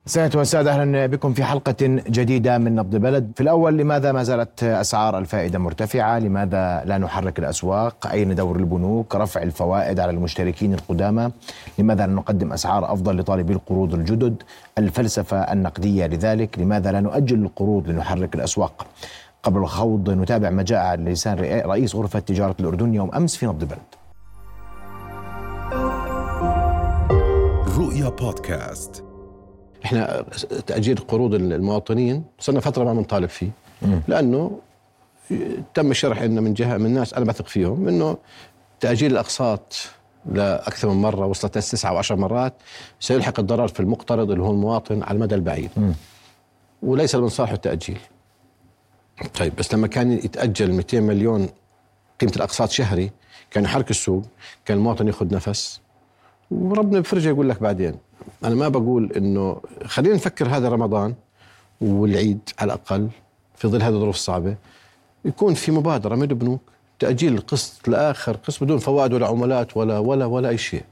سادة والسادة، أهلا بكم في حلقة جديدة من نبض بلد. في الأول، لماذا ما زالت أسعار الفائدة مرتفعة؟ لماذا لا نحرك الأسواق؟ أين دور البنوك؟ رفع الفوائد على المشتركين القدامى؟ لماذا لا نقدم أسعار أفضل لطالبي القروض الجدد؟ الفلسفة النقدية لذلك، لماذا لا نؤجل القروض لنحرك الأسواق؟ قبل الخوض نتابع ما جاء على لسان رئيس غرفة تجارة الأردن يوم أمس في نبض بلد. رؤيا بودكاست. احنا تأجيل قروض المواطنين صرنا فترة ما بنطالب فيه، لأنه تم الشرح إنه من جهة من الناس أنا بثق فيهم إنه تأجيل الأقساط لأكثر من مرة، وصلت 9 و10 مرات، سيلحق الضرر في المقترض اللي هو المواطن على المدى البعيد، وليس من صالحه التأجيل. طيب بس لما كان يتأجل 200 مليون قيمة الأقساط شهري، كان يحرك السوق، كان المواطن ياخذ نفس، وربنا بفرجه يقول لك بعدين. أنا ما بقول إنه خلينا نفكر هذا رمضان والعيد على الأقل في ظل هذه الظروف الصعبة يكون في مبادرة من البنوك تأجيل القسط لآخر قسط بدون فوائد ولا عملات ولا أي شيء.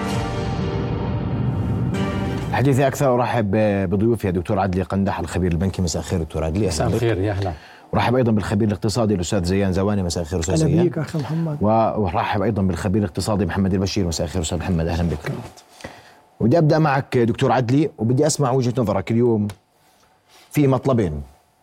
حديثي أكثر، أرحب بضيوفي دكتور عدلي قندح الخبير البنكي. مساء الخير دكتور عدلي. مساء الخير، يا أهلا. ورحب أيضا بالخبير الاقتصادي الأستاذ زيان زواني. مساء الخير أستاذ زيان. أهلا بك أخي محمد. ورحب أيضا بالخبير الاقتصادي محمد البشير. مساء الخير أستاذ محمد، أهلا بك. ودي أبدأ معك دكتور عدلي، وبدي أسمع وجهة نظرك. اليوم في مطلبين،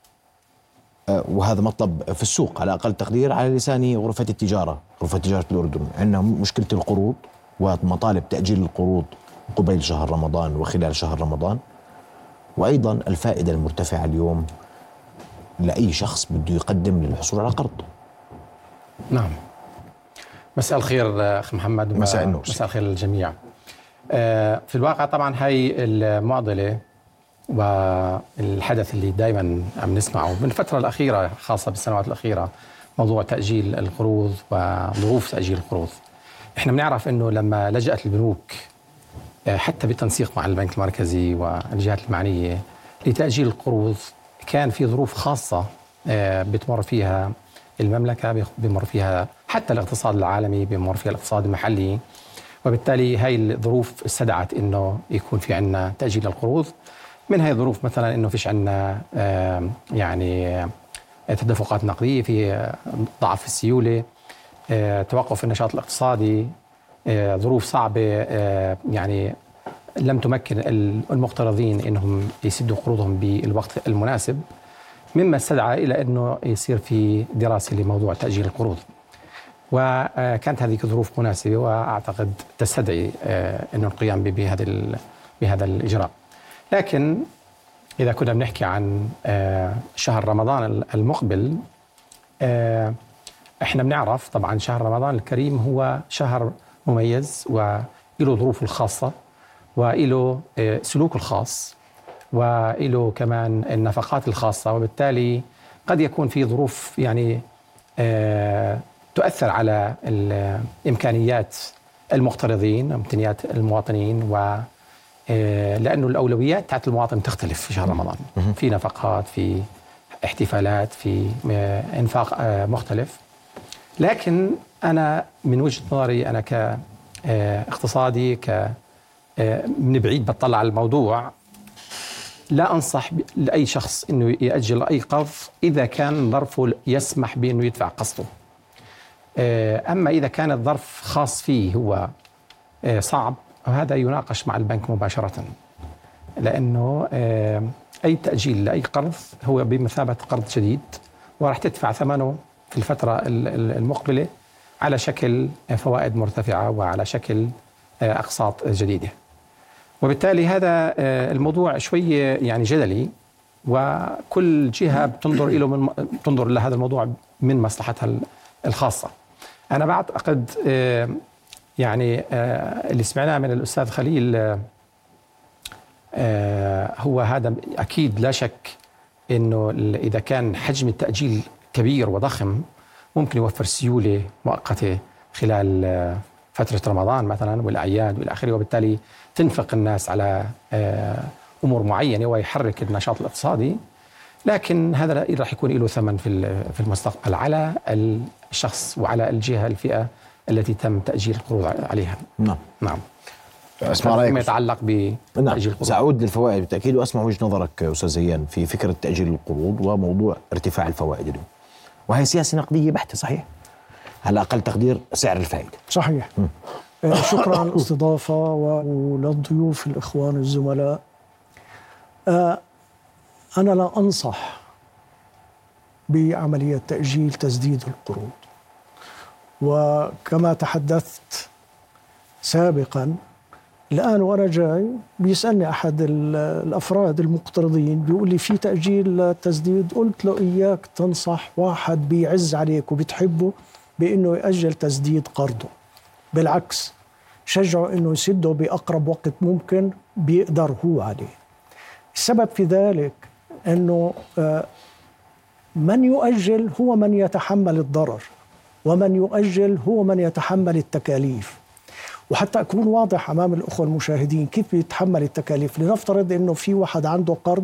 وهذا مطلب في السوق على أقل تقدير على لسان غرفة تجارة الأردن. عندنا مشكلة القروض ومطالب تأجيل القروض قبيل شهر رمضان وخلال شهر رمضان، وأيضا الفائدة المرتفعة اليوم لأي شخص بده يقدم للحصول على قرض. نعم، مساء الخير أخي محمد. مساء النور. مساء الخير للجميع. في الواقع طبعا هاي المعضلة والحدث اللي دائما عم نسمعه من الفترة الأخيرة، خاصة بالسنوات الأخيرة، موضوع تأجيل القروض وظروف تأجيل القروض. احنا بنعرف انه لما لجأت البنوك حتى بالتنسيق مع البنك المركزي والجهات المعنية لتأجيل القروض، كان في ظروف خاصة بتمر فيها المملكة، بمر فيها حتى الاقتصاد العالمي، بمر فيها الاقتصاد المحلي، وبالتالي هاي الظروف استدعت انه يكون في عنا تأجيل القروض. من هاي الظروف مثلا انه فيش عنا يعني تدفقات نقدية، في ضعف في السيولة، توقف النشاط الاقتصادي، ظروف صعبة يعني لم تمكن المقترضين انهم يسدوا قروضهم بالوقت المناسب، مما استدعى الى انه يصير في دراسة لموضوع تأجيل القروض. وكانت هذه الظروف مناسبة، واعتقد تستدعي انه القيام بهذا الاجراء. لكن اذا كنا بنحكي عن شهر رمضان المقبل، احنا بنعرف طبعا شهر رمضان الكريم هو شهر مميز وله ظروفه الخاصة وله سلوك الخاص وله كمان النفقات الخاصة، وبالتالي قد يكون في ظروف يعني تؤثر على إمكانيات المقترضين وإمكانيات المواطنين، لأنه الأولويات تاعت المواطن تختلف في شهر رمضان. في نفقات، في احتفالات، في إنفاق مختلف. لكن أنا من وجهة نظري أنا كاقتصادي من بعيد بطلع على الموضوع، لا أنصح لأي شخص أنه يأجل أي قرض إذا كان ظرفه يسمح بأنه يدفع قسطه. أما إذا كان الظرف خاص فيه هو صعب، هذا يناقش مع البنك مباشرة، لأنه أي تأجيل لأي قرض هو بمثابة قرض جديد، وراح تدفع ثمنه في الفترة المقبلة على شكل فوائد مرتفعة وعلى شكل أقساط جديدة. وبالتالي هذا الموضوع شوية يعني جدلي، وكل جهة بتنظر لهذا الموضوع من مصلحتها الخاصة. أنا بعتقد يعني اللي سمعناه من الأستاذ خليل هو هذا أكيد لا شك إنه إذا كان حجم التأجيل كبير وضخم ممكن يوفر سيولة مؤقتة خلال فترة رمضان مثلا والأعياد والآخر، وبالتالي تنفق الناس على أمور معينة ويحرك النشاط الاقتصادي. لكن هذا راح يكون له ثمن في المستقبل على الشخص وعلى الجهة الفئة التي تم تأجيل القروض عليها. نعم. نعم. اسمع رايك فيما يتعلق بتأجيل القروض. سأعود للفوائد بالتأكيد وأسمع وجهة نظرك أستاذ زيان في فكرة تأجيل القروض وموضوع ارتفاع الفوائد اليوم، وهي سياسة نقدية بحتة صحيح؟ على أقل تقدير سعر الفائدة. صحيح. شكرا على الاستضافة وللضيوف الإخوان الزملاء. أنا لا أنصح بعملية تأجيل تسديد القروض، وكما تحدثت سابقا الآن وأنا جاي بيسألني أحد الأفراد المقترضين بيقول لي في تأجيل تسديد، قلت له إياك تنصح واحد بيعز عليك وبتحبه بأنه يأجل تسديد قرضه، بالعكس شجعه أنه يسده بأقرب وقت ممكن بيقدر هو عليه. السبب في ذلك أنه من يؤجل هو من يتحمل الضرر، ومن يؤجل هو من يتحمل التكاليف. وحتى أكون واضح أمام الأخوة المشاهدين كيف بيتحمل التكاليف، لنفترض أنه في واحد عنده قرض،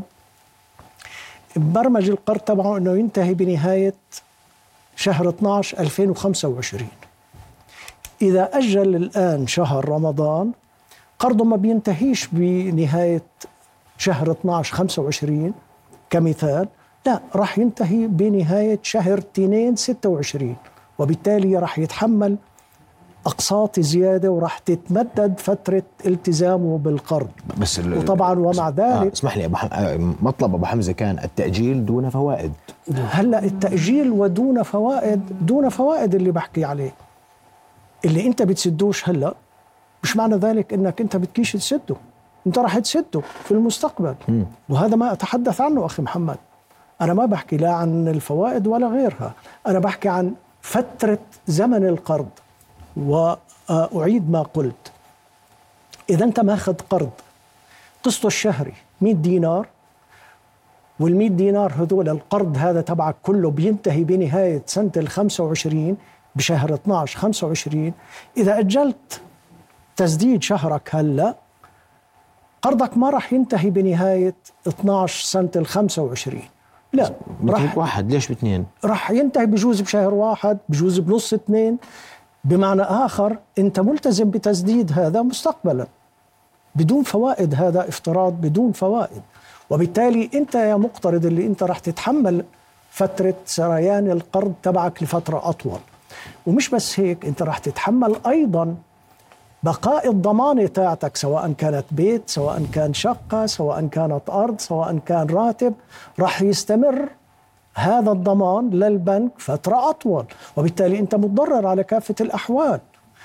برمج القرض تبعه أنه ينتهي بنهاية شهر 12/2025. إذا أجل الآن شهر رمضان قرضه ما بينتهيش بنهاية شهر 12/25 كمثال، لا، راح ينتهي بنهاية شهر 2/26، وبالتالي راح يتحمل أقساط زيادة وراح تتمدد فترة التزامه بالقرض. بس وطبعا ومع ذلك اسمح لي مطلب أبو حمزة كان التأجيل دون فوائد. هلأ التأجيل ودون فوائد، دون فوائد اللي بحكي عليه اللي انت بتسدوش هلأ مش معنى ذلك انك انت بتكيش تسده، انت راح تسده في المستقبل. وهذا ما أتحدث عنه أخي محمد، أنا ما بحكي لا عن الفوائد ولا غيرها، أنا بحكي عن فترة زمن القرض. وأعيد ما قلت، إذا أنت ماخذ قرض قسطه الشهري 100 دينار، وال100 دينار هذول القرض هذا تبعك كله بينتهي بنهاية سنة 25 بشهر 12/25، إذا أجلت تسديد شهرك هلأ قرضك ما راح ينتهي بنهاية 12 سنة 25، لا، راح واحد، ليش باثنين؟ راح ينتهي بجوز بشهر واحد، بجوز بنص 2. بمعنى آخر أنت ملتزم بتسديد هذا مستقبلا بدون فوائد، هذا افتراض بدون فوائد. وبالتالي أنت يا مقترض اللي أنت راح تتحمل فترة سريان القرض تبعك لفترة أطول، ومش بس هيك، أنت راح تتحمل أيضا بقاء الضمانة تاعتك، سواء كانت بيت، سواء كان شقة، سواء كانت أرض، سواء كان راتب، راح يستمر هذا الضمان للبنك فترة أطول، وبالتالي أنت متضرر على كافة الأحوال.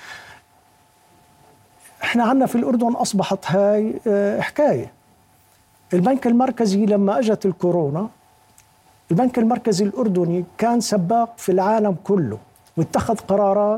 احنا عنا في الأردن أصبحت هاي حكاية. البنك المركزي لما أجت الكورونا، البنك المركزي الأردني كان سباق في العالم كله، واتخذ قرارات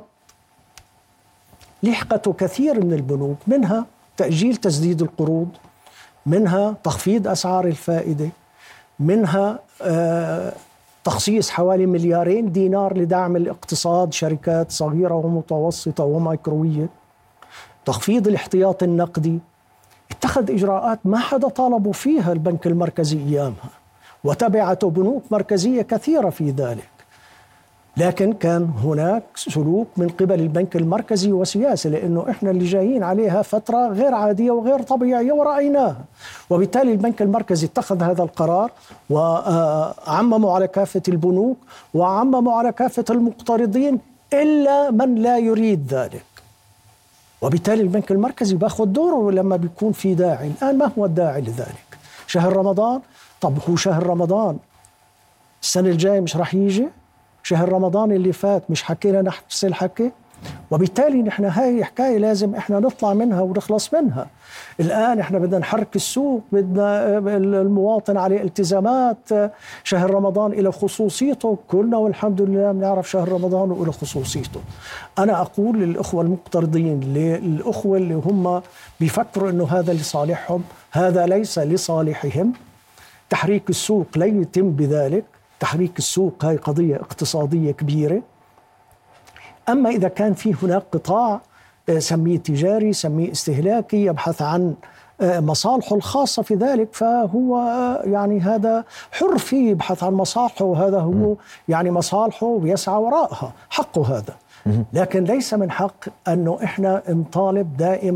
لحقته كثير من البنوك، منها تأجيل تسديد القروض، منها تخفيض أسعار الفائدة، منها تخصيص حوالي 2 دينار لدعم الاقتصاد، شركات صغيرة ومتوسطة ومايكروية، تخفيض الاحتياط النقدي. اتخذ إجراءات ما حدا طالبوا فيها البنك المركزي أيامها، وتبعته بنوك مركزية كثيرة في ذلك، لكن كان هناك سلوك من قبل البنك المركزي وسياسة، لأنه إحنا اللي جايين عليها فترة غير عادية وغير طبيعية ورأيناها. وبالتالي البنك المركزي اتخذ هذا القرار وعمموا على كافة البنوك وعمموا على كافة المقترضين إلا من لا يريد ذلك. وبالتالي البنك المركزي باخذ دوره لما بيكون في داعي. الآن ما هو الداعي لذلك؟ شهر رمضان، طب هو شهر رمضان السنة الجاية مش رح يجي؟ شهر رمضان اللي فات مش حكينا نفس الحكي؟ وبالتالي نحن هاي حكاية لازم احنا نطلع منها ونخلص منها. الآن احنا بدنا نحرك السوق، بدنا المواطن عليه التزامات، شهر رمضان له خصوصيته كلنا، والحمد لله بنعرف شهر رمضان له خصوصيته. أنا أقول للأخوة المقترضين، للأخوة اللي هم بيفكروا إنه هذا لصالحهم، هذا ليس لصالحهم. تحريك السوق لا يتم بذلك، تحريك السوق هاي قضية اقتصادية كبيرة. أما إذا كان في هناك قطاع سميه تجاري، سميه استهلاكي، يبحث عن مصالحه الخاصة في ذلك، فهو يعني هذا حر فيه، يبحث عن مصالحه، وهذا هو يعني مصالحه ويسعى وراءها، حقه هذا. لكن ليس من حق أنه إحنا نطالب دائما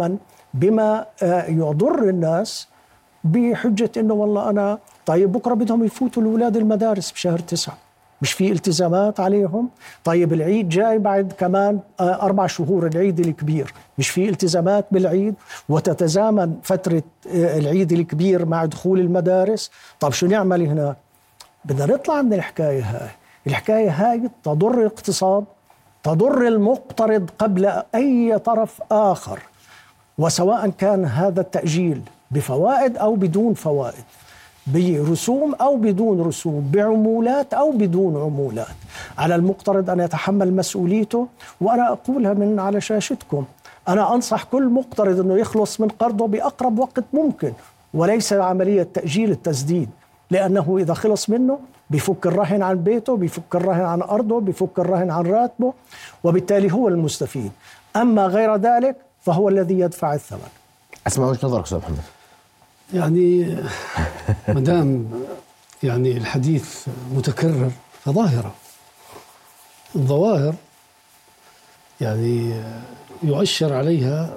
بما يضر الناس بحجة إنه والله أنا طيب بكرة بدهم يفوتوا الأولاد المدارس بشهر 9، مش في التزامات عليهم؟ طيب العيد جاي بعد كمان 4 شهور، العيد الكبير، مش في التزامات بالعيد؟ وتتزامن فترة العيد الكبير مع دخول المدارس. طب شو نعمل هنا؟ بدنا نطلع من الحكاية هاي. الحكاية هاي تضر الاقتصاد، تضر المقترض قبل أي طرف آخر، وسواء كان هذا التأجيل بفوائد أو بدون فوائد، برسوم أو بدون رسوم، بعمولات أو بدون عمولات. على المقترض أن يتحمل مسؤوليته. وأنا أقولها من على شاشتكم، أنا أنصح كل مقترض أنه يخلص من قرضه بأقرب وقت ممكن، وليس عملية تأجيل التسديد، لأنه إذا خلص منه بيفك الرهن عن بيته، بيفك الرهن عن أرضه، بيفك الرهن عن راتبه، وبالتالي هو المستفيد. أما غير ذلك فهو الذي يدفع الثمن. أسمع وجهة نظرك أستاذ محمد. يعني مدام يعني الحديث متكرر فظاهرة، الظواهر يعني يؤشر عليها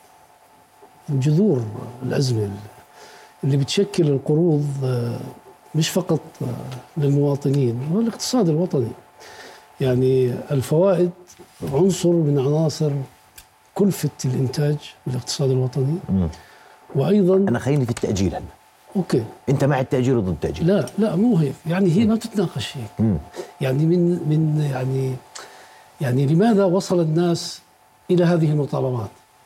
جذور الأزمة اللي بتشكل القروض مش فقط للمواطنين والاقتصاد الوطني. يعني الفوائد عنصر من عناصر كلفة الإنتاج بالاقتصاد الوطني. وأيضا أنا خليني في التأجيل هلا. أوكي، أنت مع التأجيل وضد التأجيل؟ لا مو هيك، يعني هي ما تتناقش هيك. يعني من يعني لماذا وصل الناس إلى هذه المطالبات؟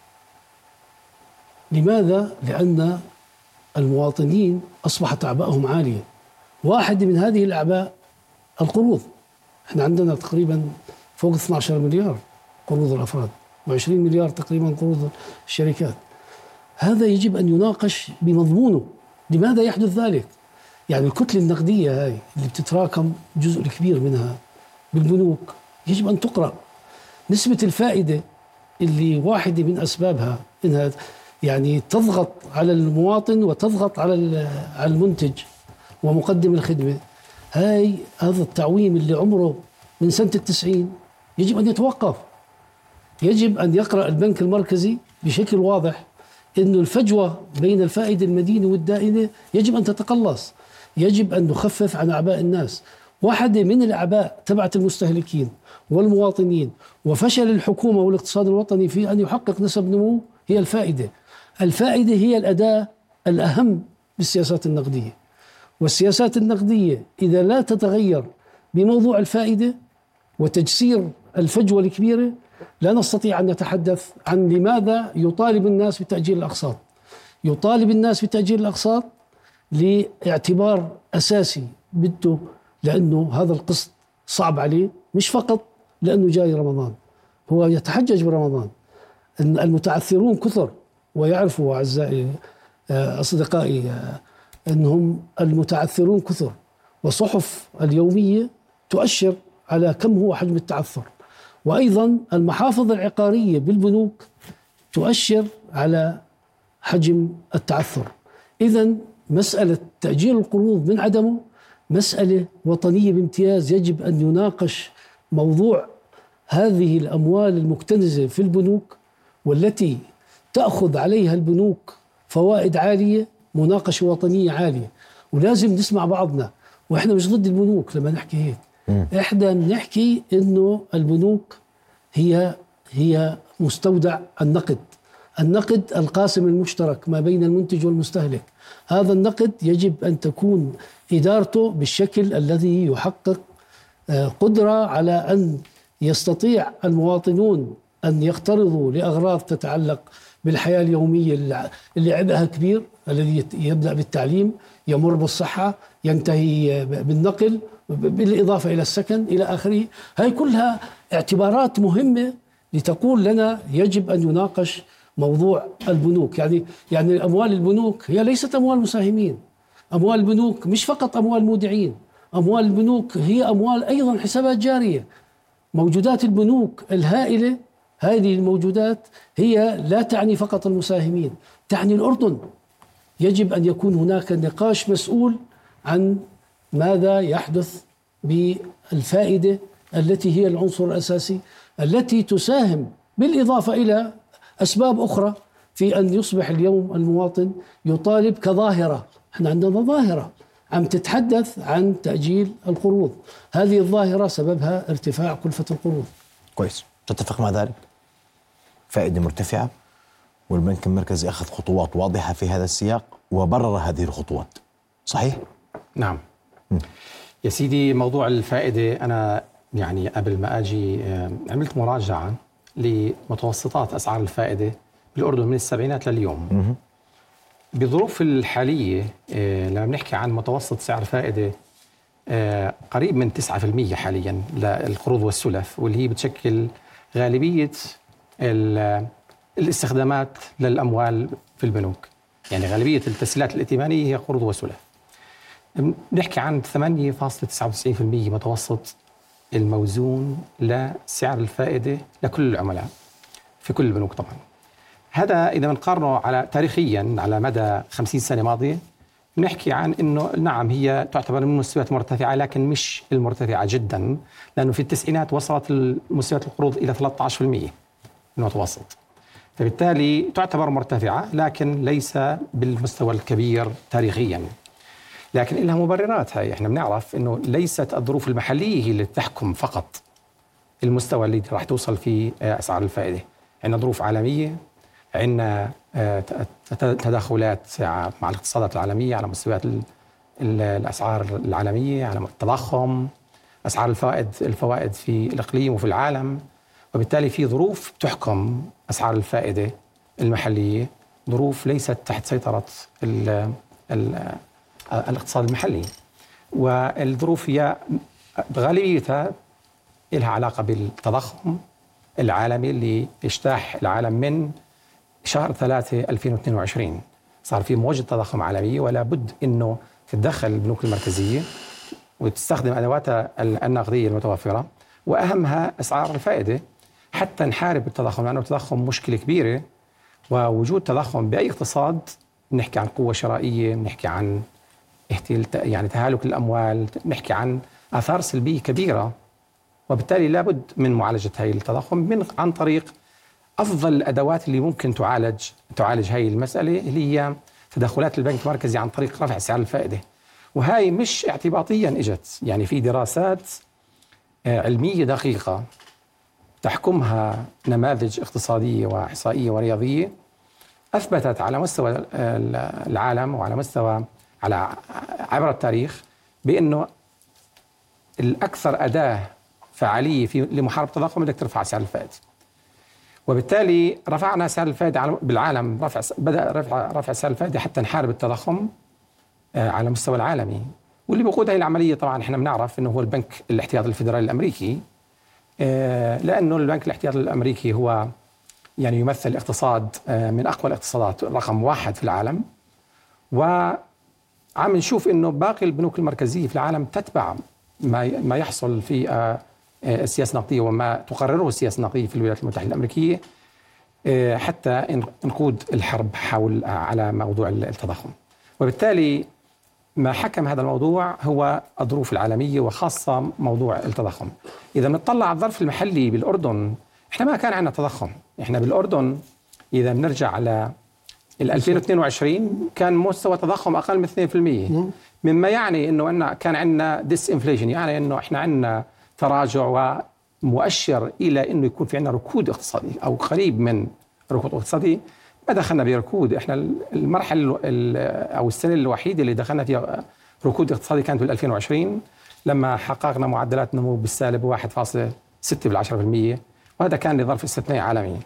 لماذا؟ لأن المواطنين أصبحت أعباءهم عالية. واحدة من هذه الأعباء القروض. احنا عندنا تقريبا فوق 12 مليار قروض الأفراد، و20 مليار تقريبا قروض الشركات. هذا يجب أن يناقش بمضمونه. لماذا يحدث ذلك؟ يعني الكتلة النقدية هاي اللي بتتراكم جزء كبير منها بالبنوك يجب أن تقرأ. نسبة الفائدة اللي واحدة من أسبابها إنها يعني تضغط على المواطن وتضغط على المنتج ومقدم الخدمة. هذا التعويم اللي عمره من سنة 90 يجب أن يتوقف. يجب أن يقرأ البنك المركزي بشكل واضح إنه الفجوة بين الفائدة المدينة والدائنة يجب أن تتقلص. يجب أن نخفف عن أعباء الناس. واحدة من الأعباء تبعت المستهلكين والمواطنين وفشل الحكومة والاقتصاد الوطني في أن يحقق نسب نمو هي الفائدة. الفائدة هي الأداة الأهم بالسياسات النقدية، والسياسات النقدية إذا لا تتغير بموضوع الفائدة وتجسير الفجوة الكبيرة لا نستطيع أن نتحدث عن لماذا يطالب الناس بتأجيل الأقساط. يطالب الناس بتأجيل الأقساط لاعتبار أساسي بده، لأنه هذا القسط صعب عليه، مش فقط لأنه جاي رمضان، هو يتحجج برمضان. إن المتعثرون كثر، ويعرفوا أعزائي أصدقائي أنهم المتعثرون كثر، وصحف اليومية تؤشر على كم هو حجم التعثر. وأيضا المحافظ العقارية بالبنوك تؤشر على حجم التعثر. إذن مسألة تأجيل القروض من عدمه مسألة وطنية بامتياز. يجب أن يناقش موضوع هذه الأموال المكتنزة في البنوك والتي تأخذ عليها البنوك فوائد عالية، مناقشة وطنية عالية. ولازم نسمع بعضنا، وإحنا مش ضد البنوك لما نحكي هيك. إحنا نحكي إنه البنوك هي مستودع النقد القاسم المشترك ما بين المنتج والمستهلك. هذا النقد يجب أن تكون إدارته بالشكل الذي يحقق قدرة على أن يستطيع المواطنون أن يقترضوا لأغراض تتعلق بالحياة اليومية اللي عبئها كبير، الذي يبدأ بالتعليم، يمر بالصحة، ينتهي بالنقل، بالإضافة إلى السكن إلى آخره. هاي كلها اعتبارات مهمة لتقول لنا يجب أن يناقش موضوع البنوك. يعني أموال البنوك هي ليست أموال مساهمين. أموال البنوك مش فقط أموال مودعين. أموال البنوك هي أموال أيضا حسابات جارية. موجودات البنوك الهائلة، هذه الموجودات هي لا تعني فقط المساهمين، تعني الأردن. يجب أن يكون هناك نقاش مسؤول عن ماذا يحدث بالفائدة التي هي العنصر الأساسي التي تساهم بالإضافة إلى أسباب أخرى في أن يصبح اليوم المواطن يطالب كظاهرة. احنا عندنا ظاهرة عم تتحدث عن تأجيل القروض، هذه الظاهرة سببها ارتفاع كلفة القروض. كويس، تتفق مع ذلك؟ فائدة مرتفعة والبنك المركزي أخذ خطوات واضحة في هذا السياق وبرر هذه الخطوات، صحيح؟ نعم. يا سيدي، موضوع الفائدة أنا يعني قبل ما أجي عملت مراجعة لمتوسطات أسعار الفائدة بالأردن من السبعينات لليوم. بظروف الحالية لما بنحكي عن متوسط سعر فائدة قريب من 9% حاليا للقروض والسلف، واللي هي بتشكل غالبية الاستخدامات للأموال في البنوك. يعني غالبية التسهيلات الائتمانية هي قروض وسلف. نحكي عن 8.99% متوسط الموزون لسعر الفائدة لكل العملاء في كل البنوك. طبعا هذا إذا بنقارنه على تاريخيا على مدى 50 سنة ماضية، نحكي عن أنه نعم هي تعتبر من مستويات مرتفعة، لكن مش المرتفعة جدا، لأنه في التسعينات وصلت مستويات القروض إلى 13% المتوسط، فبالتالي تعتبر مرتفعة لكن ليس بالمستوى الكبير تاريخيا. لكن لها مبررات. هاي احنا بنعرف انه ليست الظروف المحليه هي اللي تحكم فقط المستوى اللي راح توصل فيه اسعار الفائده. عندنا ظروف عالميه، عندنا تداخلات مع الاقتصادات العالميه على مستويات الاسعار العالميه، على التضخم، اسعار الفوائد في الاقليم وفي العالم، وبالتالي في ظروف تحكم اسعار الفائده المحليه، ظروف ليست تحت سيطره الاقتصاد المحلي. والظروف هي بغالبيتها لها علاقة بالتضخم العالمي اللي اجتاح العالم من شهر 3 2022. صار في موجة تضخم عالمية، ولا بد أنه تتدخل البنوك المركزية وتستخدم أدواتها النقدية المتوفرة، وأهمها أسعار الفائدة، حتى نحارب التضخم، لأنه التضخم مشكلة كبيرة. ووجود تضخم بأي اقتصاد، نحكي عن قوة شرائية، نحكي عن يعني تهالك الأموال، نحكي عن آثار سلبية كبيرة، وبالتالي لابد من معالجة هاي التضخم عن طريق أفضل الأدوات اللي ممكن تعالج هاي المسألة، اللي هي تدخلات البنك المركزي عن طريق رفع سعر الفائدة. وهاي مش اعتباطيا إجت، يعني في دراسات علمية دقيقة تحكمها نماذج اقتصادية وإحصائية ورياضية، أثبتت على مستوى العالم وعلى مستوى عبر التاريخ بأنه الأكثر أداة فعالية لمحاربة التضخم بدك ترفع سعر الفائدة. وبالتالي رفعنا سعر الفائدة بالعالم، بدأ رفع سعر الفائدة حتى نحارب التضخم على مستوى العالمي. واللي بيقود هذه العملية طبعا احنا بنعرف انه هو البنك الاحتياطي الفيدرالي الامريكي، لانه البنك الاحتياطي الامريكي هو يعني يمثل اقتصاد من اقوى الاقتصادات رقم 1 في العالم، وعم نشوف انه باقي البنوك المركزية في العالم تتبع ما يحصل في السياسة النقدية وما تقرره السياسة النقدية في الولايات المتحدة الأمريكية، حتى نقود الحرب على موضوع التضخم. وبالتالي ما حكم هذا الموضوع هو الظروف العالمية وخاصة موضوع التضخم. إذا بنطلع على الظرف المحلي بالأردن، إحنا ما كان عندنا تضخم. إحنا بالأردن إذا بنرجع على 2022 كان مستوى تضخم أقل من 2%، مما يعني إنه كان عندنا ديسإنفليشن، يعني إنه إحنا عندنا تراجع ومؤشر إلى إنه يكون في عندنا ركود اقتصادي أو قريب من ركود اقتصادي. ما دخلنا بركود، إحنا المرحلة أو السنة الوحيدة اللي دخلنا فيها ركود اقتصادي كانت في 2020 لما حققنا معدلات نمو بالسالب 1.6%، وهذا كان لظرف استثنائي عالمي.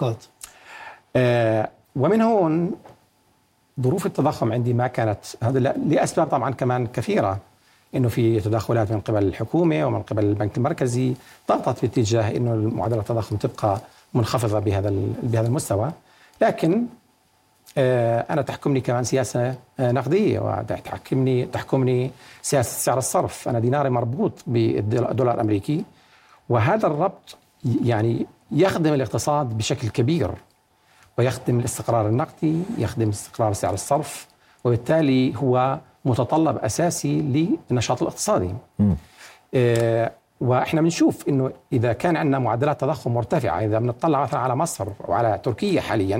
ومن هون ظروف التضخم عندي ما كانت، هذا لأسباب طبعا كمان كثيرة، إنه في تدخلات من قبل الحكومة ومن قبل البنك المركزي ضغطت في اتجاه إنه معدلات التضخم تبقى منخفضة بهذا المستوى. لكن أنا تحكمني كمان سياسة نقدية، وتحكمني سياسة سعر الصرف. أنا ديناري مربوط بالدولار الأمريكي، وهذا الربط يعني يخدم الاقتصاد بشكل كبير، ويخدم الاستقرار النقدي، يخدم استقرار سعر الصرف، وبالتالي هو متطلب أساسي للنشاط الاقتصادي. وإحنا بنشوف إنه إذا كان عندنا معدلات تضخم مرتفعة، إذا بنطلع مثلا على مصر وعلى تركيا حاليا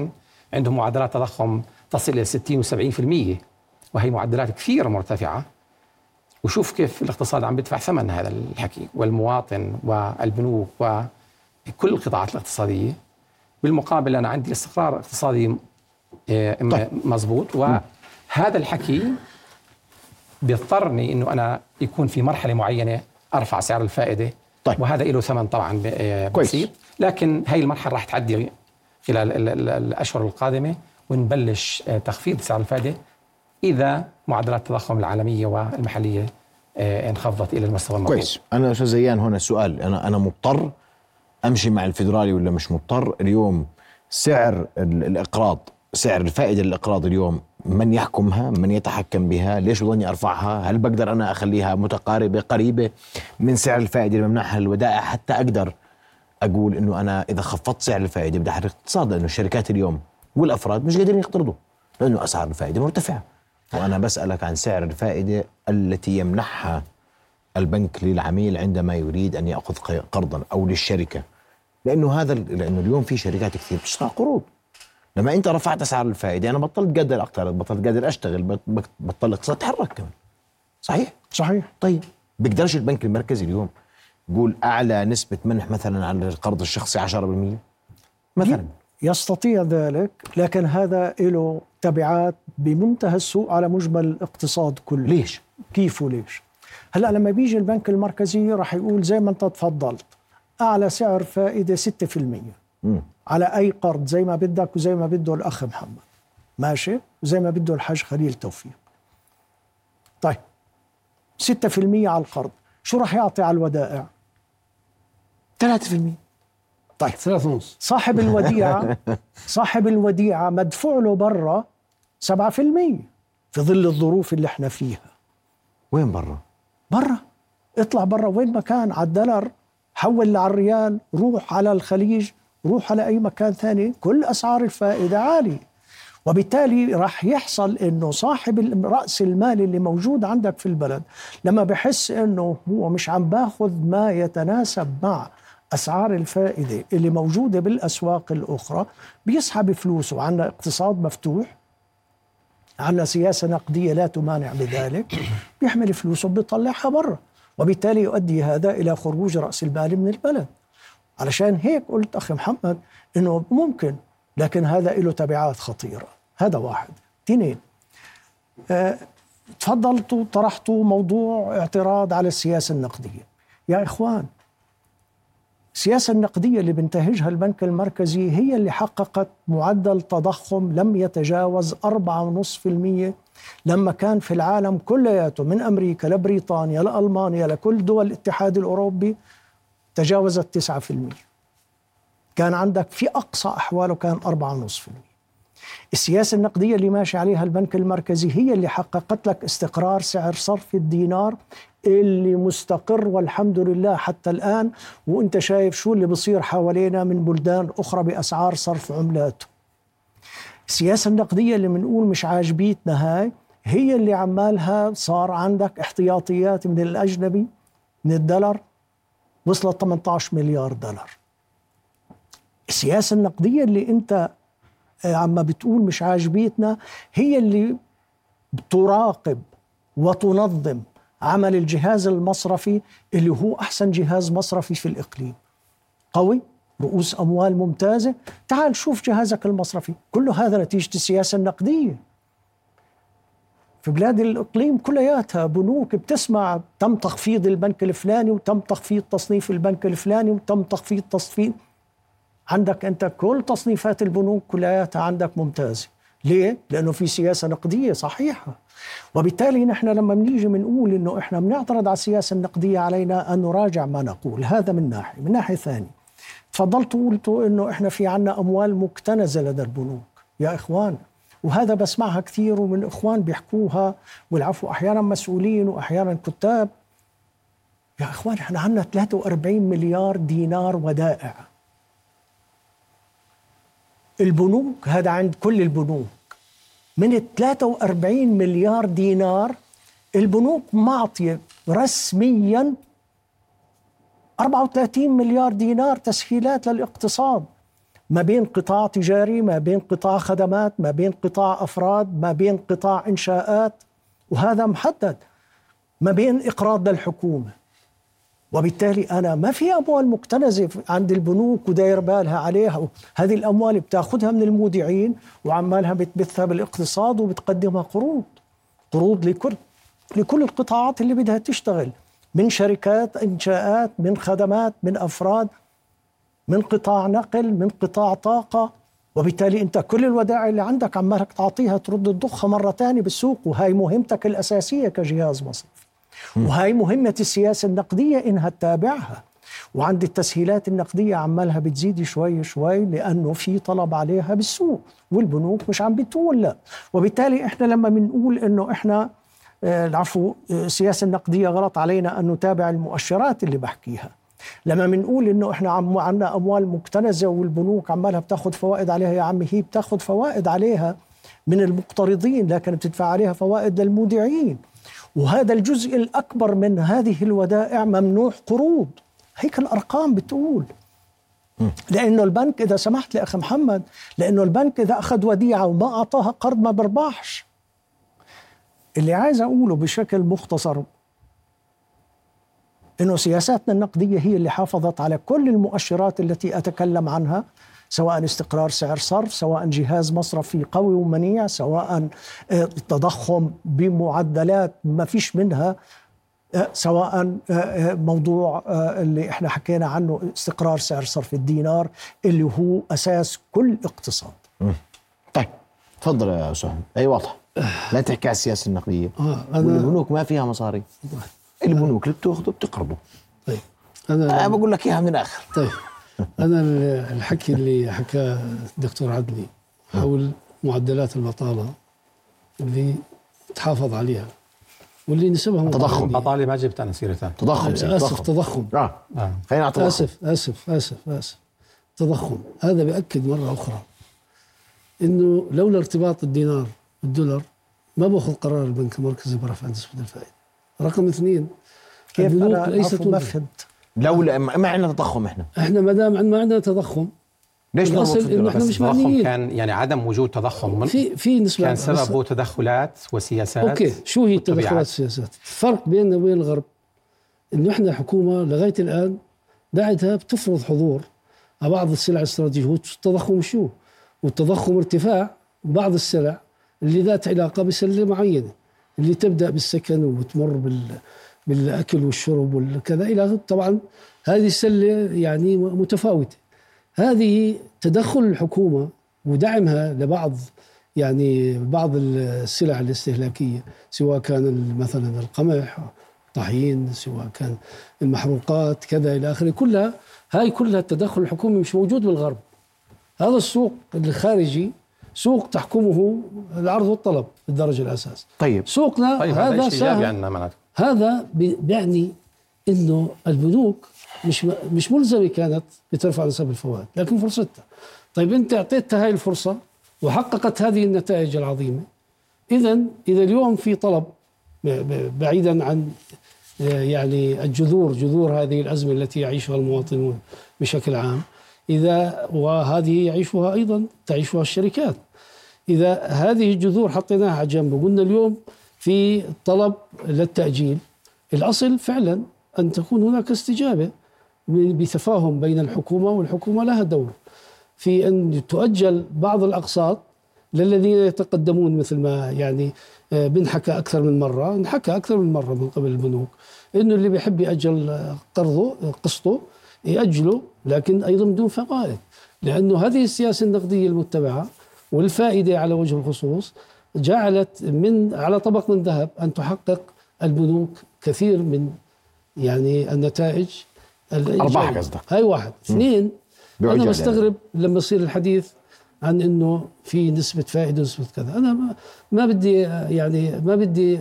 عندهم معدلات تضخم تصل إلى 60 و70%، وهي معدلات كثير مرتفعة. وشوف كيف الاقتصاد عم بيدفع ثمن هذا الحكي، والمواطن والبنوك وكل القطاعات الاقتصادية. بالمقابل أنا عندي استقرار اقتصادي مضبوط، وهذا الحكي بيضطرني إنه أنا يكون في مرحلة معينة أرفع سعر الفائدة. طيب. وهذا له ثمن طبعا بسيط، لكن هاي المرحلة راح تعدي خلال الأشهر القادمة، ونبلش تخفيض سعر الفائدة إذا معدلات التضخم العالمية والمحلية انخفضت إلى المستوى المطلوب. كويس. أنا أستاذ زيان هنا السؤال، أنا مضطر أمشي مع الفيدرالي ولا مش مضطر؟ اليوم سعر الإقراض، سعر الفائدة للإقراض اليوم من يحكمها؟ من يتحكم بها؟ ليش بضلني أرفعها؟ هل بقدر أنا أخليها متقاربة قريبة من سعر الفائدة اللي بمنحها الودائع حتى أقدر أقول إنه أنا إذا خفضت سعر الفائدة بدي أحرك الاقتصاد؟ لأنه الشركات اليوم والأفراد مش قادرين يقترضوا لأنه أسعار الفائدة مرتفعة. وأنا بسألك عن سعر الفائدة التي يمنحها البنك للعميل عندما يريد أن يأخذ قرضا أو للشركة، لأنه اليوم في شركات كثير بتشتغل قروض. لما أنت رفعت أسعار الفائدة أنا بطلت قادر أقترض، بطلت قادر أشتغل، بطل الاقتصاد يتحرك كمان. صحيح. طيب بيقدرش البنك المركزي اليوم يقول أعلى نسبة منح مثلا على القرض الشخصي 10% مثلا؟ يستطيع ذلك، لكن هذا له تبعات بمنتهى السوء على مجمل الاقتصاد كله. ليش؟ كيف وليش؟ هلأ لما بيجي البنك المركزي راح يقول زي ما انت تفضلت أعلى سعر فائدة 6% على أي قرض زي ما بدك وزي ما بده الأخ محمد، ماشي، وزي ما بده الحاج خليل توفيق. طيب 6% على القرض، شو راح يعطي على الودائع؟ 3%. طيب 3.5. صاحب الوديعة مدفوع له برا 7% في ظل الظروف اللي احنا فيها. وين برا؟ اطلع برا وين ما كان، على الدولار، حول على الريال، روح على الخليج، روح على أي مكان ثاني، كل أسعار الفائدة عالية. وبالتالي راح يحصل إنه صاحب رأس المال اللي موجود عندك في البلد لما بحس إنه هو مش عم باخذ ما يتناسب مع أسعار الفائدة اللي موجودة بالأسواق الأخرى، بيسحب فلوسه. عنا اقتصاد مفتوح، عنا سياسة نقدية لا تمانع بذلك، بيحمل فلوسه بيطلعها برا، وبالتالي يؤدي هذا إلى خروج رأس المال من البلد. علشان هيك قلت أخي محمد إنه ممكن، لكن هذا له تبعات خطيرة. هذا واحد. 2، تفضلتوا طرحتوا موضوع اعتراض على السياسة النقدية. يا إخوان، السياسة النقدية اللي بينتهجها البنك المركزي هي اللي حققت معدل تضخم لم يتجاوز 4.5% لما كان في العالم كلياته من أمريكا لبريطانيا لألمانيا لكل دول الاتحاد الأوروبي تجاوزت 9%. كان عندك في أقصى أحواله كان 4.5%. السياسة النقدية اللي ماشي عليها البنك المركزي هي اللي حققت لك استقرار سعر صرف الدينار اللي مستقر والحمد لله حتى الآن، وانت شايف شو اللي بصير حوالينا من بلدان أخرى بأسعار صرف عملاته. السياسة النقدية اللي بنقول مش عاجبيتنا هاي هي اللي عمالها صار عندك احتياطيات من الأجنبي من الدولار وصلت 18 مليار دولار. السياسة النقدية اللي انت عما بتقول مش عاجبيتنا هي اللي تراقب وتنظم عمل الجهاز المصرفي اللي هو أحسن جهاز مصرفي في الإقليم، قوي، رؤوس أموال ممتازة. تعال شوف جهازك المصرفي، كله هذا نتيجة السياسة النقدية. في بلاد الإقليم كلياتها بنوك بتسمع تم تخفيض البنك الفلاني وتم تخفيض تصنيف البنك الفلاني وتم تخفيض تصفيق. عندك أنت كل تصنيفات البنوك كلياتها عندك ممتازة. ليه؟ لأنه في سياسة نقدية صحيحة. وبالتالي نحن لما بنيجي بنقول إنه إحنا بنعترض على السياسة النقدية علينا أن نراجع ما نقول. هذا من ناحية. من ناحية ثانية تفضلتوا قلتوا إنه إحنا في عنا أموال مكتنزة لدى البنوك. يا إخوان، وهذا بسمعها كثير ومن إخوان بيحكوها، والعفو أحيانا مسؤولين وأحيانا كتاب. يا إخوان، إحنا عنا 43 مليار دينار ودائع. البنوك هذا عند كل البنوك، من 43 مليار دينار البنوك معطية رسميا 34 مليار دينار تسهيلات للاقتصاد. ما بين قطاع تجاري، ما بين قطاع خدمات، ما بين قطاع أفراد، ما بين قطاع إنشاءات، وهذا محدد، ما بين إقراض للحكومة. وبالتالي أنا ما في أموال مكتنزة عند البنوك وداير بالها عليها. هذه الأموال بتاخذها من المودعين وعمالها بتبثها بالاقتصاد وبتقدمها قروض لكل القطاعات اللي بدها تشتغل، من شركات إنشاءات، من خدمات، من أفراد، من قطاع نقل، من قطاع طاقة. وبالتالي أنت كل الودائع اللي عندك عمالك تعطيها ترد تضخها مرة تانية بالسوق، وهي مهمتك الأساسية كجهاز مصرفي، وهي مهمة السياسة النقدية إنها تتابعها. وعند التسهيلات النقدية عمالها بتزيد شوي شوي لأنه في طلب عليها بالسوق والبنوك مش عم بتولى. وبالتالي إحنا لما بنقول إنه إحنا السياسة النقدية غلط علينا أن نتابع المؤشرات اللي بحكيها. لما بنقول إنه إحنا عندنا أموال مكتنزة والبنوك عمالها بتاخد فوائد عليها، يا عمي هي بتاخد فوائد عليها من المقترضين لكن بتدفع عليها فوائد للمودعين، وهذا الجزء الأكبر من هذه الودائع ممنوع قروض. هيك الأرقام بتقول. لأنه البنك إذا سمحت لأخي محمد، لأنه البنك إذا أخذ وديعة وما أعطاها قرض ما برباحش. اللي عايز أقوله بشكل مختصر إنه سياساتنا النقدية هي اللي حافظت على كل المؤشرات التي أتكلم عنها، سواء استقرار سعر صرف، سواء جهاز مصرفي قوي ومنيع، سواء التضخم بمعدلات ما فيش منها، سواء موضوع اللي احنا حكينا عنه استقرار سعر صرف الدينار اللي هو أساس كل اقتصاد. طيب تفضل يا أستاذ. أي واضح، لا تحكي على السياسة النقدية. والبنوك ما فيها مصاري. البنوك اللي بتاخذه بتقرضه. طيب أنا بقول لك إياها من الآخر. طيب أنا الحكي اللي حكاه الدكتور عدلي حول معدلات البطالة اللي تحافظ عليها واللي نسبها تضخم. بطالة ما جبت أنا سيرتها. تضخم. تضخم. خلينا على تضخم. آسف. تضخم هذا بيأكد مرة أخرى إنه لولا ارتباط الدينار بالدولار ما بأخذ قرار البنك المركزي برفع نسبة الفائدة. رقم 2، كيف أنا ليست مفهد لولا ما عندنا تضخم. احنا ما دام ما عندنا تضخم ليش الأصل إنه إحنا مش معنيين. كان يعني عدم وجود تضخم في نسبة كان سببه تدخلات وسياسات. أوكي، شو هي التدخلات والسياسات؟ الفرق بيننا وبين الغرب إنه إحنا حكومة لغاية الآن بعدها بتفرض حضور على بعض السلع الاستراتيجية. والتضخم شو؟ والتضخم ارتفاع بعض السلع اللي ذات علاقة بسلة معينة اللي تبدأ بالسكن وتمر بالأكل والشرب والكذا إلى طبعا هذه السلة يعني متفاوتة. هذه تدخل الحكومة ودعمها لبعض يعني بعض السلع الاستهلاكية، سواء كان مثلا القمح، طحين، سواء كان المحروقات كذا إلى آخره، كلها التدخل الحكومي مش موجود بالغرب. هذا السوق الخارجي سوق تحكمه العرض والطلب بالدرجة الأساس. طيب سوقنا طيب هذا سهل. هذا بيعني إنه البنوك مش ملزمة كانت بترفع نسب الفوائد، لكن فرصتها. طيب أنت أعطيتها هاي الفرصة وحققت هذه النتائج العظيمة. إذا اليوم في طلب بعيدا عن يعني جذور هذه الأزمة التي يعيشها المواطنون بشكل عام، وهذه تعيشها الشركات. إذا هذه الجذور حطيناها على جنب وقلنا اليوم في طلب للتأجيل، الأصل فعلا أن تكون هناك استجابة بتفاهم بين الحكومة، والحكومة لها دور في أن تؤجل بعض الأقساط للذين يتقدمون، مثل ما يعني بنحكى أكثر من مرة من قبل البنوك إنه اللي بيحب يأجل قسطه يأجله، لكن أيضا بدون فوائد، لأنه هذه السياسة النقدية المتبعة والفائدة على وجه الخصوص جعلت على طبق من ذهب أن تحقق البنوك كثير من يعني النتائج أرباح قصدك. هاي واحد. 2، أنا بستغرب لما يصير الحديث عن إنه في نسبة فائدة ونسبة كذا. أنا ما بدي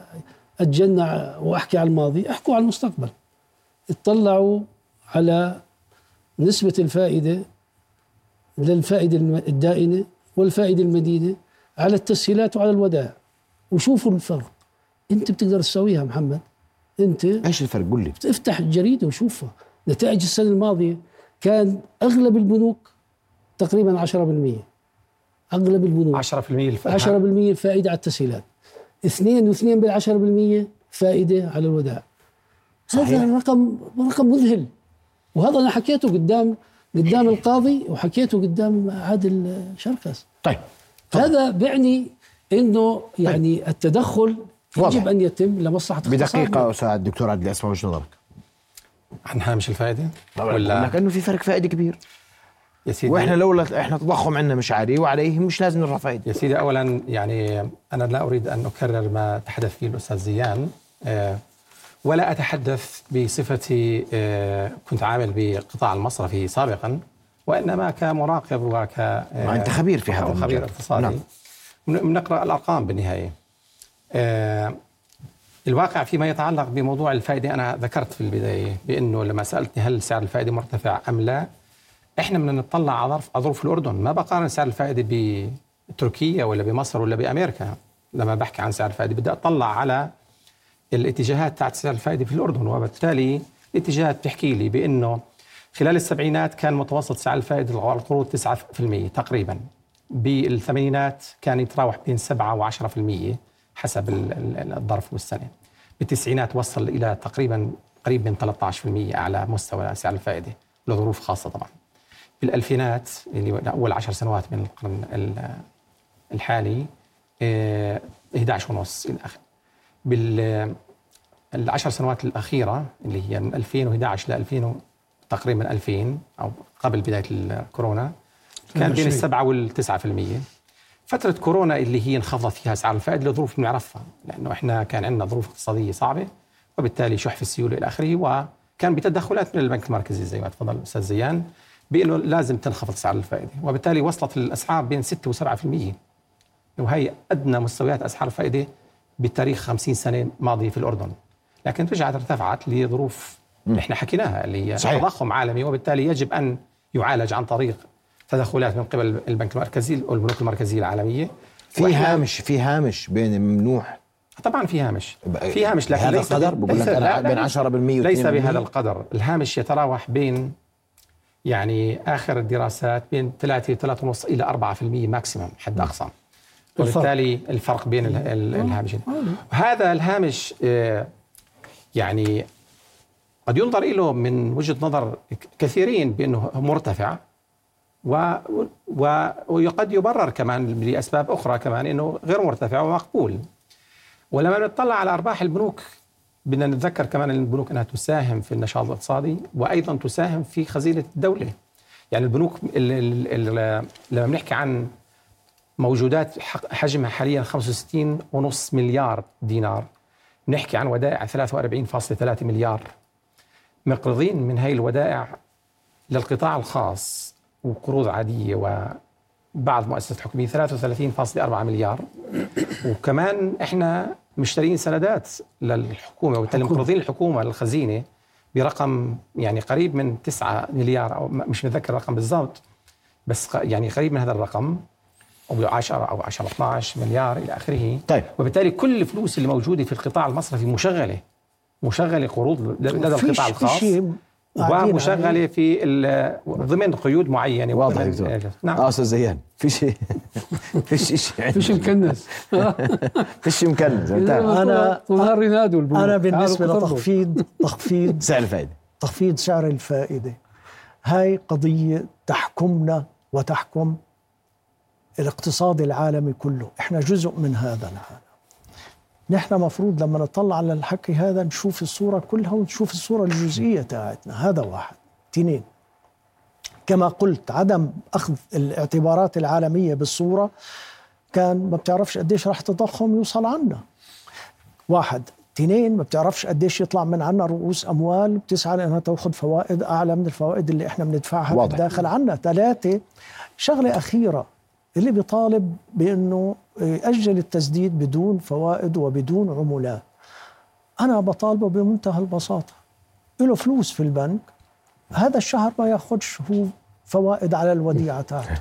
أتجنع وأحكي على الماضي، أحكوا على المستقبل. اطلعوا على نسبة الفائدة للفائدة الدائنة والفائدة المدينة على التسهيلات وعلى الودائع وشوفوا الفرق. أنت بتقدر تسويها محمد. أنت إيش الفرق؟ قل لي. افتح الجريدة وشوفها. نتائج السنة الماضية كان أغلب البنوك تقريبا 10%. أغلب البنوك 10% 10% الفائدة على التسهيلات، 2.2% فائدة على الودائع. هذا رقم مذهل، وهذا أنا حكيته قدام القاضي وحكيته قدام عادل شركس. طيب هذا بيعني إنه يعني التدخل يجب أن يتم لمصلحة بدقيقة أستاذ الدكتور عادل، أسمع وجه نظرك عن هامش الفائدة. ولا لكنه في فرق فائدة كبير يا سيدي، واحنا لولا احنا تضخم عندنا مش عالي وعليه مش لازم نرفع فائدة. يا سيدي اولا يعني انا لا اريد ان اكرر ما تحدث فيه الاستاذ زيان، ولا اتحدث بصفتي كنت عامل بقطاع المصرفي سابقا، وانما كمراقب ما انت خبير في هذا خبير اقتصادي. نعم. بنقرا الارقام بالنهايه. الواقع فيما يتعلق بموضوع الفائده، انا ذكرت في البدايه بانه لما سالتني هل سعر الفائده مرتفع ام لا، احنا بدنا نطلع على ظروف الاردن، ما بقارن سعر الفائده بتركيا ولا بمصر ولا بامريكا. لما بحكي عن سعر الفائده بدي اطلع على الاتجاهات تاعت سعر الفائده في الاردن، وبالتالي الاتجاهات بتحكي لي بانه خلال السبعينات كان متوسط سعر الفائده على القروض 9% تقريبا، بالثمانينات كان يتراوح بين 7 و10% حسب الظرف والسنه، بالتسعينات وصل الى تقريبا قريب من 13% اعلى مستوى سعر الفائده لظروف خاصه طبعا. بالألفينات اللي أول 10 سنوات من القرن الحالي 11.5 إلى آخره. بالعشر سنوات الأخيرة اللي هي من 2011 ل 2000 تقريبا 2000 أو قبل بداية الكورونا كان بين 7 و9%. فترة كورونا اللي هي انخفضت فيها أسعار الفائدة لظروف بنعرفها، لأنه إحنا كان عندنا ظروف اقتصادية صعبة وبالتالي شح في السيولة إلى آخره، وكان بتدخلات من البنك المركزي زي ما تفضل الأستاذ زيان بأنه لازم تنخفض سعر الفائدة، وبالتالي وصلت الأسعار بين 6 و7%، وهي أدنى مستويات أسعار الفائدة بالتاريخ 50 سنة ماضية في الأردن. لكن رجعت ارتفعت لظروف احنا حكيناها اللي هي تضخم عالمي، وبالتالي يجب أن يعالج عن طريق تدخلات من قبل البنك المركزي والبنوك المركزية العالمية. في هامش بين ممنوح، طبعا في هامش لكن هذا القدر بقول لك أنا بين 10% و2%. ليس بهذا القدر. الهامش يتراوح بين يعني آخر الدراسات بين 3.5 إلى 4% ماكسيمم حد أقصى، وبالتالي الفرق بين الهامشين. هذا الهامش يعني قد ينظر له من وجهة نظر كثيرين بأنه مرتفع، وقد يبرر كمان لأسباب أخرى كمان أنه غير مرتفع ومقبول. ولما نطلع على أرباح البنوك بدنا نتذكر كمان أن البنوك أنها تساهم في النشاط الاقتصادي وأيضا تساهم في خزينة الدولة. يعني البنوك لما بنحكي عن موجودات حجمها حاليا 65.5 مليار دينار، نحكي عن ودائع 43.3 مليار مقرضين من هاي الودائع للقطاع الخاص وقروض عادية وبعض مؤسسات حكومية 33.4 مليار، وكمان احنا مشترين سندات للحكومة، وبالتالي مقرضين الحكومة للخزينة برقم يعني قريب من 9 مليار أو مش متذكر الرقم بالضبط، بس يعني قريب من هذا الرقم أو 10 أو 12 مليار إلى آخره. طيب. وبالتالي كل الفلوس اللي موجودة في القطاع المصرفي مشغلة قروض لدى القطاع الخاص ومشغلة في ضمن قيود معينة. واضح دكتور. نعم. أستاذ زيان في شيء مكنس فيش مكنس. أنا بالنسبة لتخفيض سعر الفائدة، تخفيض سعر الفائدة، هاي قضية تحكمنا وتحكم الاقتصاد العالمي كله. احنا جزء من هذا العالم. نحن مفروض لما نطلع على الحكي هذا نشوف الصورة كلها ونشوف الصورة الجزئية تاعتنا. هذا واحد. 2، كما قلت عدم أخذ الاعتبارات العالمية بالصورة كان ما بتعرفش قديش راح التضخم يوصل عنا. 1. 2 ما بتعرفش قديش يطلع من عنا رؤوس أموال بتسعى لأنها تأخذ فوائد أعلى من الفوائد اللي إحنا بندفعها في الداخل عنا. 3 شغلة أخيرة اللي بيطالب بأنه يأجل التسديد بدون فوائد وبدون عمولات. أنا بطالبه بمنتهى البساطة، له فلوس في البنك هذا الشهر ما ياخدش هو فوائد على الوديعة تاعته.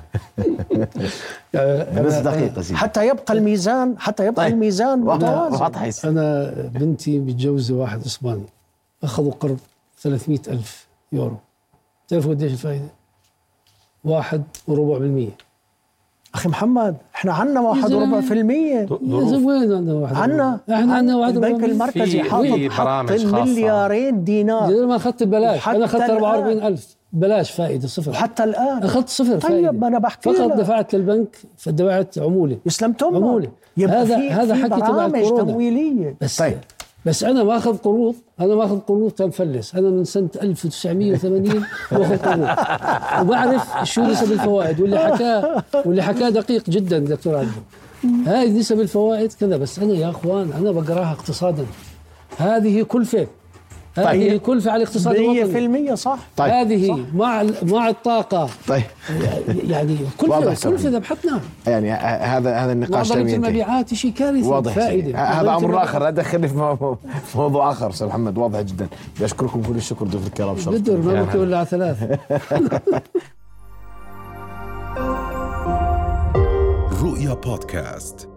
بس دقيقة سيدي حتى يبقى الميزان متوازن. أنا بنتي متجوزة واحد إسباني أخذوا قرض 300,000 يورو. تعرفوا قديش الفائدة؟ 1.25%. أخي محمد إحنا عنا 1.25%. وين عندنا 1.25%؟ إحنا عنا البنك المركزي حاط مليارين دينار. زي ما أخذت ببلاش، أنا أخذت 44,000 بلاش فائدة صفر. وحتى الآن أخذت صفر فائدة. طيب أنا بحكي فقط لك. دفعت للبنك فدفعت عمولة. يسلمتم عمولة. هذا حكي تبع الكورونا تمويلية. بس طيب. بس أنا ما أخذ قروض، تنفلس. أنا من سنة 1980 باخذ قروض وبعرف شو نسب الفوائد، واللي حكاه دقيق جدا دكتور عبد. هاي نسب الفوائد كذا، بس أنا يا أخوان أنا بقراها اقتصادا. هذه كلفة، هذه كلفة على الاقتصاد الوطني 100% صح. طيب. هذه صح. مع الطاقة. طيب يعني كلفة ذبحتنا. يعني هذا النقاش معضلة المبيعات شيء كارثي. واضح. فائدة. هذا أمر آخر، لا دخلني في موضوع آخر. أستاذ محمد واضح جدا. أشكركم كل الشكر ضيوف الكرام. بدر ما ممكن ولا على 3. رؤيا بودكاست.